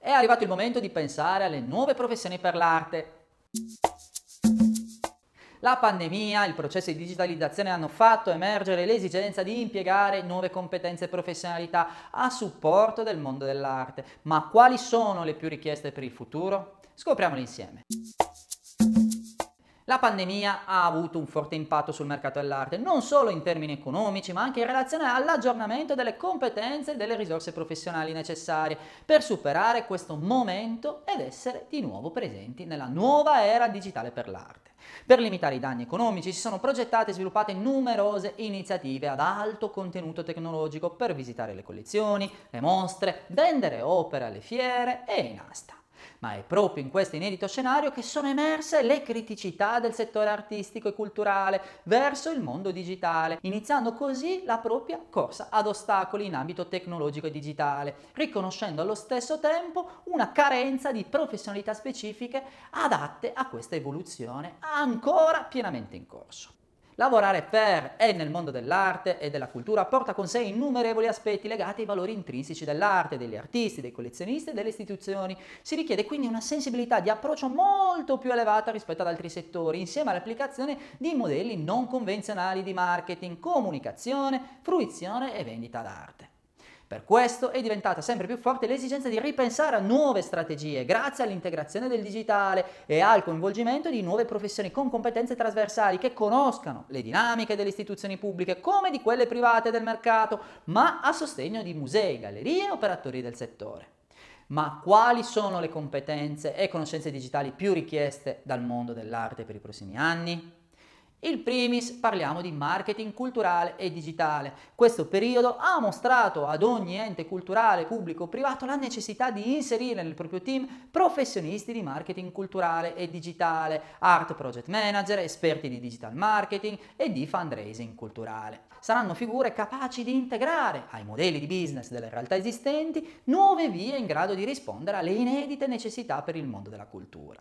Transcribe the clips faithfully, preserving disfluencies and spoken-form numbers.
È arrivato il momento di pensare alle nuove professioni per l'arte. La pandemia e il processo di digitalizzazione hanno fatto emergere l'esigenza di impiegare nuove competenze e professionalità a supporto del mondo dell'arte. Ma quali sono le più richieste per il futuro? Scopriamole insieme. La pandemia ha avuto un forte impatto sul mercato dell'arte, non solo in termini economici, ma anche in relazione all'aggiornamento delle competenze e delle risorse professionali necessarie per superare questo momento ed essere di nuovo presenti nella nuova era digitale per l'arte. Per limitare i danni economici si sono progettate e sviluppate numerose iniziative ad alto contenuto tecnologico per visitare le collezioni, le mostre, vendere opere alle fiere e in asta. Ma è proprio in questo inedito scenario che sono emerse le criticità del settore artistico e culturale verso il mondo digitale, iniziando così la propria corsa ad ostacoli in ambito tecnologico e digitale, riconoscendo allo stesso tempo una carenza di professionalità specifiche adatte a questa evoluzione ancora pienamente in corso. Lavorare per e nel mondo dell'arte e della cultura porta con sé innumerevoli aspetti legati ai valori intrinseci dell'arte, degli artisti, dei collezionisti e delle istituzioni. Si richiede quindi una sensibilità di approccio molto più elevata rispetto ad altri settori, insieme all'applicazione di modelli non convenzionali di marketing, comunicazione, fruizione e vendita d'arte. Per questo è diventata sempre più forte l'esigenza di ripensare a nuove strategie grazie all'integrazione del digitale e al coinvolgimento di nuove professioni con competenze trasversali che conoscano le dinamiche delle istituzioni pubbliche come di quelle private del mercato, ma a sostegno di musei, gallerie e operatori del settore. Ma quali sono le competenze e conoscenze digitali più richieste dal mondo dell'arte per i prossimi anni? In primis parliamo di marketing culturale e digitale. Questo periodo ha mostrato ad ogni ente culturale, pubblico o privato la necessità di inserire nel proprio team professionisti di marketing culturale e digitale, art project manager, esperti di digital marketing e di fundraising culturale. Saranno figure capaci di integrare ai modelli di business delle realtà esistenti nuove vie in grado di rispondere alle inedite necessità per il mondo della cultura.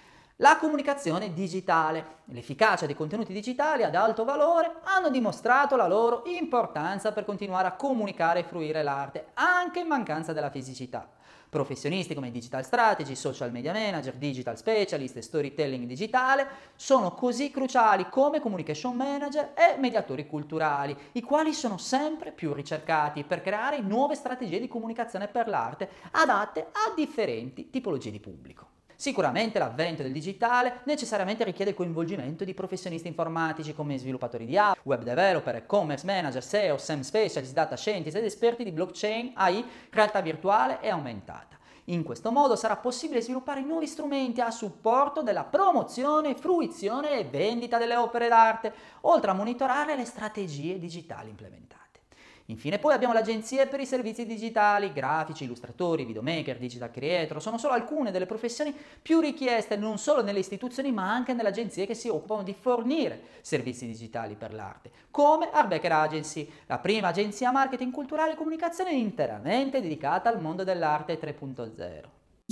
La comunicazione digitale. L'efficacia dei contenuti digitali ad alto valore hanno dimostrato la loro importanza per continuare a comunicare e fruire l'arte, anche in mancanza della fisicità. Professionisti come digital strategy, social media manager, digital specialist e storytelling digitale sono così cruciali come communication manager e mediatori culturali, i quali sono sempre più ricercati per creare nuove strategie di comunicazione per l'arte adatte a differenti tipologie di pubblico. Sicuramente l'avvento del digitale necessariamente richiede il coinvolgimento di professionisti informatici come sviluppatori di app, web developer, e-commerce manager, S E O, S E M specialist, data scientist ed esperti di blockchain, A I, realtà virtuale e aumentata. In questo modo sarà possibile sviluppare nuovi strumenti a supporto della promozione, fruizione e vendita delle opere d'arte, oltre a monitorare le strategie digitali implementate. Infine poi abbiamo le agenzie per i servizi digitali, grafici, illustratori, videomaker, digital creator, sono solo alcune delle professioni più richieste non solo nelle istituzioni ma anche nelle agenzie che si occupano di fornire servizi digitali per l'arte, come Art Baker Agency, la prima agenzia marketing culturale e comunicazione interamente dedicata al mondo dell'arte tre punto zero.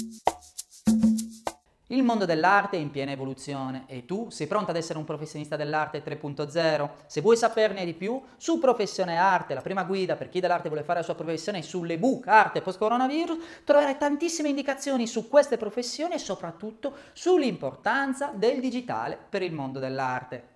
Il mondo dell'arte è in piena evoluzione e tu sei pronto ad essere un professionista dell'arte tre punto zero? Se vuoi saperne di più su Professione Arte, la prima guida per chi dell'arte vuole fare la sua professione sull'ebook Arte post-coronavirus, troverai tantissime indicazioni su queste professioni e soprattutto sull'importanza del digitale per il mondo dell'arte.